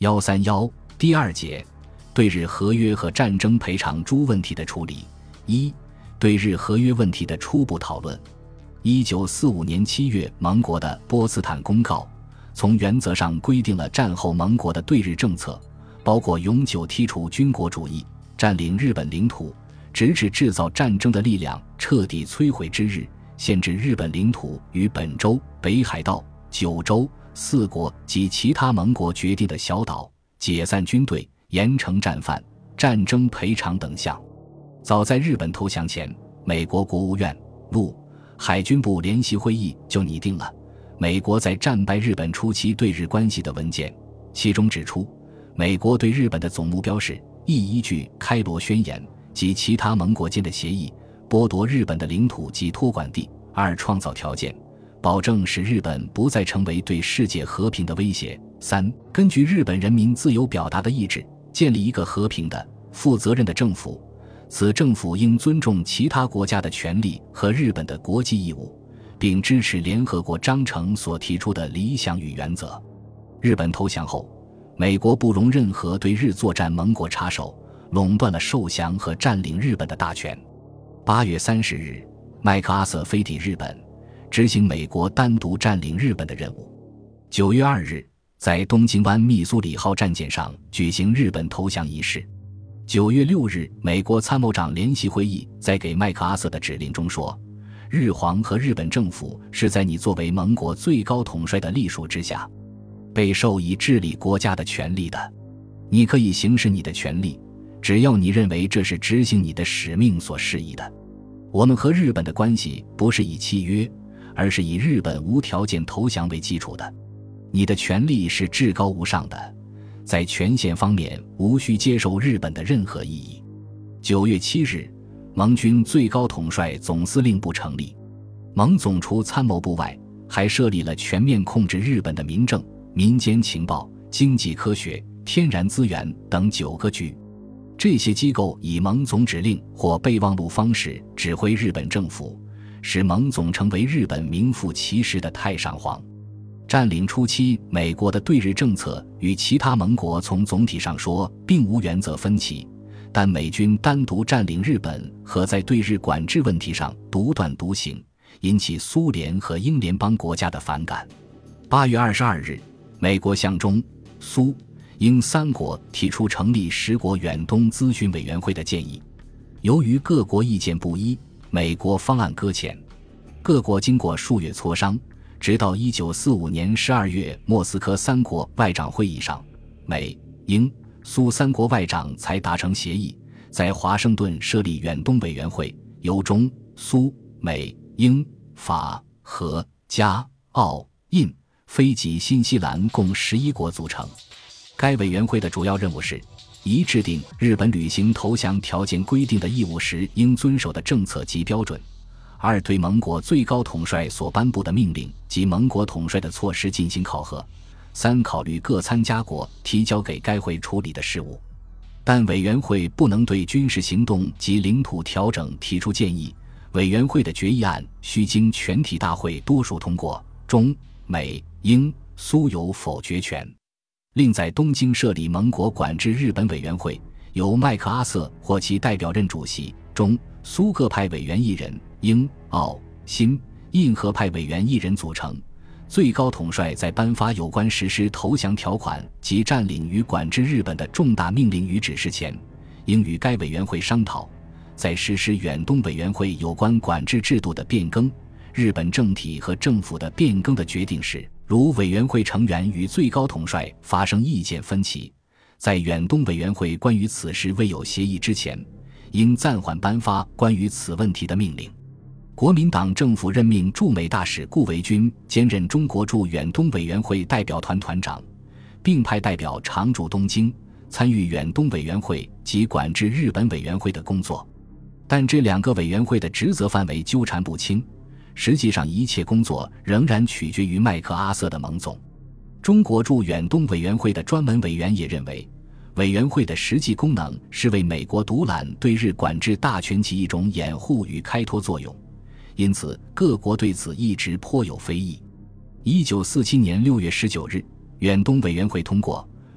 131第二节，对日合约和战争赔偿诸问题的处理。一、对日合约问题的初步讨论。1945年7月盟国的波茨坦公告从原则上规定了战后盟国的对日政策，包括永久剔除军国主义，占领日本领土，直至制造战争的力量彻底摧毁之日，限制日本领土与本州、北海道、九州、四国及其他盟国决定的小岛，解散军队，严惩战犯，战争赔偿等项。早在日本投降前，美国国务院、陆、海军部联席会议就拟定了美国在战败日本初期对日关系的文件，其中指出，美国对日本的总目标是：一、依据开罗宣言及其他盟国间的协议，剥夺日本的领土及托管地；二、创造条件，保证使日本不再成为对世界和平的威胁；三、根据日本人民自由表达的意志，建立一个和平的、负责任的政府，此政府应尊重其他国家的权利和日本的国际义务，并支持联合国章程所提出的理想与原则。日本投降后，美国不容任何对日作战盟国插手，垄断了受降和占领日本的大权。8月30日，麦克阿瑟飞抵日本，执行美国单独占领日本的任务。9月2日，在东京湾密苏里号战舰上举行日本投降仪式。9月6日，美国参谋长联席会议在给麦克阿瑟的指令中说，日皇和日本政府是在你作为盟国最高统帅的隶属之下，被授以治理国家的权利的。你可以行使你的权利，只要你认为这是执行你的使命所适宜的。我们和日本的关系不是以契约，而是以日本无条件投降为基础的。你的权利是至高无上的，在权限方面无需接受日本的任何异议。9月7日，盟军最高统帅总司令部成立，盟总除参谋部外，还设立了全面控制日本的民政、民间情报、经济科学、天然资源等9个局。这些机构以盟总指令或备忘录方式指挥日本政府，使盟总成为日本名副其实的太上皇。占领初期，美国的对日政策与其他盟国从总体上说并无原则分歧，但美军单独占领日本和在对日管制问题上独断独行，引起苏联和英联邦国家的反感。8月22日，美国向中、苏、英三国提出成立10国远东咨询委员会的建议。由于各国意见不一，美国方案搁浅。各国经过数月磋商，直到1945年12月莫斯科三国外长会议上，美、英、苏三国外长才达成协议，在华盛顿设立远东委员会，由中、苏、美、英、法、荷、加、澳、印、非及新西兰共11国组成。该委员会的主要任务是：一、制定日本履行投降条件规定的义务时应遵守的政策及标准；二、对盟国最高统帅所颁布的命令及盟国统帅的措施进行考核；三、考虑各参加国提交给该会处理的事务。但委员会不能对军事行动及领土调整提出建议，委员会的决议案须经全体大会多数通过，中、美、英、苏有否决权。另在东京设立盟国管制日本委员会，由麦克阿瑟或其代表任主席，中、苏各派委员1人，英、澳、新、印合派委员1人组成。最高统帅在颁发有关实施投降条款及占领与管制日本的重大命令与指示前，应与该委员会商讨，在实施远东委员会有关管制制度的变更、日本政体和政府的变更的决定时，如委员会成员与最高统帅发生意见分歧，在远东委员会关于此事未有协议之前，应暂缓颁发关于此问题的命令。国民党政府任命驻美大使顾维钧兼任中国驻远东委员会代表团团长，并派代表常驻东京，参与远东委员会及管制日本委员会的工作。但这2个委员会的职责范围纠缠不清，实际上一切工作仍然取决于麦克阿瑟的盟总。中国驻远东委员会的专门委员也认为，委员会的实际功能是为美国独揽对日管制大权起一种掩护与开脱作用，因此各国对此一直颇有非议。1947年6月19日，远东委员会通过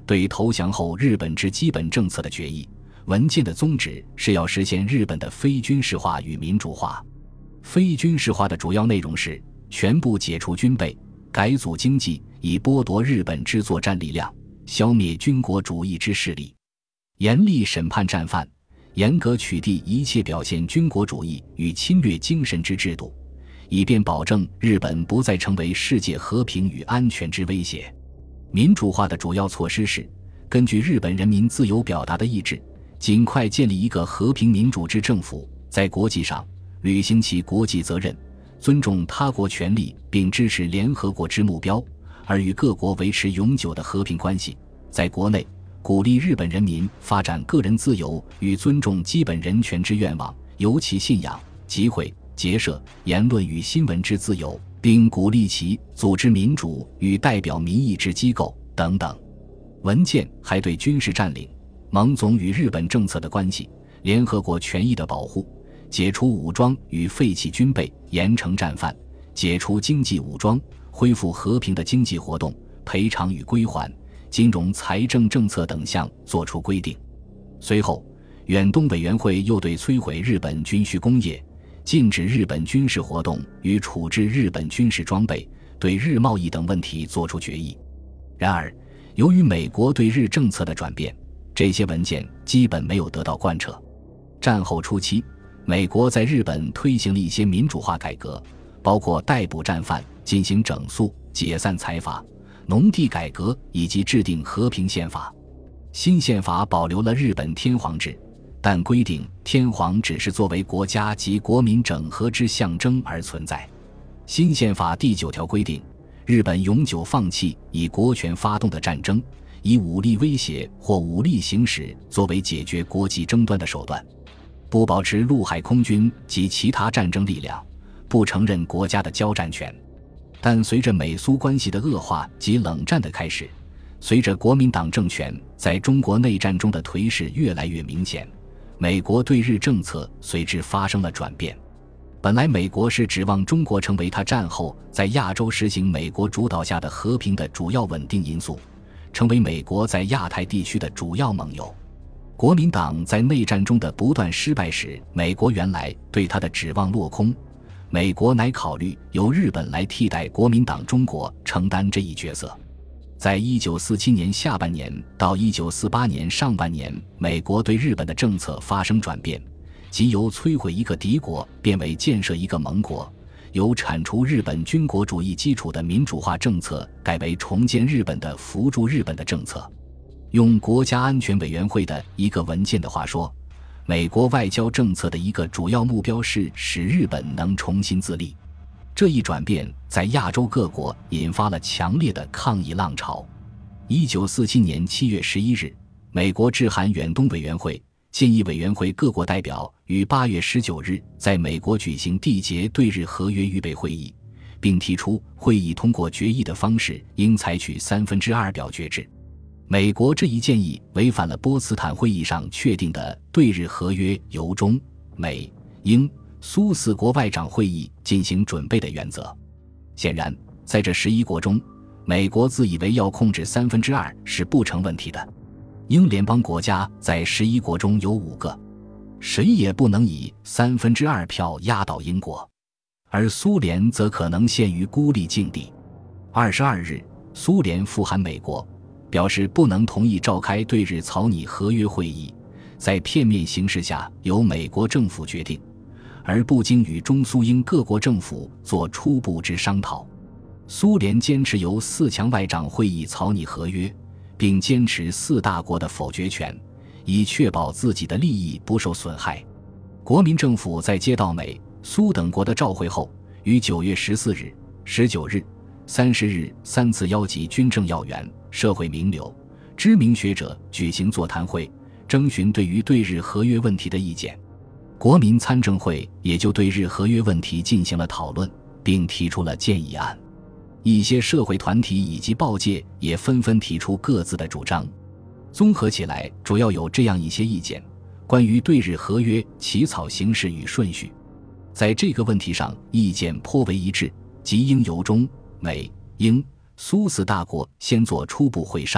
对投降后日本之基本政策的决议。文件的宗旨是要实现日本的非军事化与民主化。非军事化的主要内容是全部解除军备，改组经济，以剥夺日本之作战力量，消灭军国主义之势力，严厉审判战犯，严格取缔一切表现军国主义与侵略精神之制度，以便保证日本不再成为世界和平与安全之威胁。民主化的主要措施是根据日本人民自由表达的意志，尽快建立一个和平民主之政府，在国际上履行其国际责任，尊重他国权利并支持联合国之目标，而与各国维持永久的和平关系。在国内鼓励日本人民发展个人自由与尊重基本人权之愿望，尤其信仰、集会、结社、言论与新闻之自由，并鼓励其组织民主与代表民意之机构等等。文件还对军事占领、盟总与日本政策的关系、联合国权益的保护、解除武装与废弃军备、严惩战犯、解除经济武装、恢复和平的经济活动、赔偿与归还、金融财政政策等项作出规定。随后，远东委员会又对摧毁日本军需工业、禁止日本军事活动与处置日本军事装备、对日贸易等问题作出决议。然而，由于美国对日政策的转变，这些文件基本没有得到贯彻。战后初期，美国在日本推行了一些民主化改革，包括逮捕战犯、进行整肃、解散财阀、农地改革以及制定和平宪法。新宪法保留了日本天皇制，但规定天皇只是作为国家及国民整合之象征而存在。新宪法第9条规定，日本永久放弃以国权发动的战争，以武力威胁或武力行使作为解决国际争端的手段，不保持陆海空军及其他战争力量，不承认国家的交战权。但随着美苏关系的恶化及冷战的开始，随着国民党政权在中国内战中的颓势越来越明显，美国对日政策随之发生了转变。本来美国是指望中国成为他战后在亚洲实行美国主导下的和平的主要稳定因素，成为美国在亚太地区的主要盟友。国民党在内战中的不断失败时，美国原来对他的指望落空，美国乃考虑由日本来替代国民党中国承担这一角色。在1947年下半年到1948年上半年，美国对日本的政策发生转变，即由摧毁一个敌国变为建设一个盟国，由铲除日本军国主义基础的民主化政策改为重建日本的扶助日本的政策。用国家安全委员会的一个文件的话说，美国外交政策的一个主要目标是使日本能重新自立。这一转变在亚洲各国引发了强烈的抗议浪潮。1947年7月11日，美国致函远东委员会，建议委员会各国代表于8月19日在美国举行缔结对日合约预备会议，并提出会议通过决议的方式应采取2/3表决制。美国这一建议违反了波茨坦会议上确定的对日合约由中、美、英、苏4国外长会议进行准备的原则。显然，在这11国中，美国自以为要控制2/3是不成问题的。英联邦国家在11国中有5个，谁也不能以2/3票压倒英国，而苏联则可能陷于孤立境地。22日，苏联复函美国，表示不能同意召开对日草拟合约会议，在片面形式下由美国政府决定，而不经与中苏英各国政府做初步之商讨。苏联坚持由4强外长会议草拟合约，并坚持4大国的否决权，以确保自己的利益不受损害。国民政府在接到美、苏等国的召会后，于9月14日、19日、30日3次邀集军政要员、社会名流、知名学者举行座谈会，征询对于对日合约问题的意见。国民参政会也就对日合约问题进行了讨论，并提出了建议案。一些社会团体以及报界也纷纷提出各自的主张。综合起来，主要有这样一些意见：关于对日合约起草形式与顺序，在这个问题上意见颇为一致，即应由中、美、英、苏4大国先做初步会商，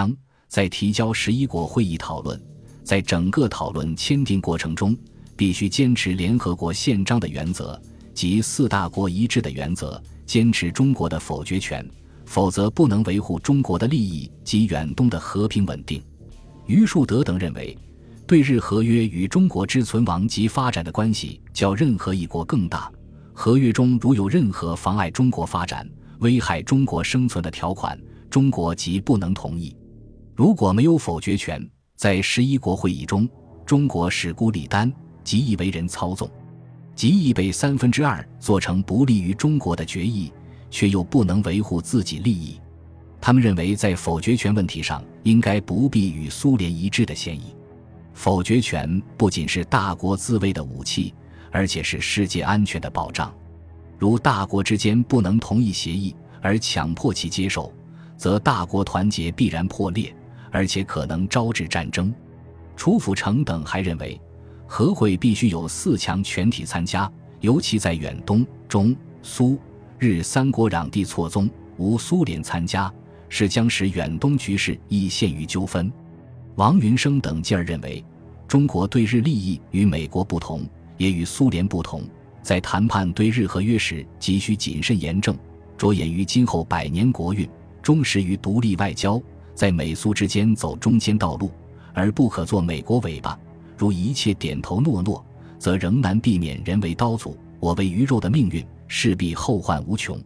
在提交11国会议讨论，在整个讨论签订过程中，必须坚持联合国宪章的原则及4大国一致的原则，坚持中国的否决权，否则不能维护中国的利益及远东的和平稳定。于树德等认为，对日合约与中国之存亡及发展的关系较任何一国更大，合约中如有任何妨碍中国发展、危害中国生存的条款，中国即不能同意。如果没有否决权，在11国会议中，中国使孤立单，极易为人操纵，极易被2/3做成不利于中国的决议，却又不能维护自己利益。他们认为在否决权问题上应该不必与苏联一致的嫌疑。否决权不仅是大国自卫的武器，而且是世界安全的保障。如大国之间不能同意协议而强迫其接受，则大国团结必然破裂，而且可能招致战争。楚辅成等还认为，和会必须有4强全体参加，尤其在远东、中、苏、日3国壤地错综，无苏联参加，是将使远东局势亦陷于纠纷。王云生等继而认为，中国对日利益与美国不同，也与苏联不同，在谈判对日合约时急需谨慎严正，着眼于今后100年国运，忠实于独立外交，在美苏之间走中间道路，而不可做美国尾巴。如一切点头诺诺，则仍难避免人为刀俎，我为鱼肉的命运，势必后患无穷。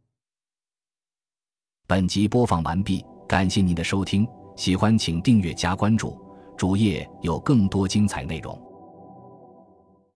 本集播放完毕，感谢您的收听，喜欢请订阅加关注，主页有更多精彩内容。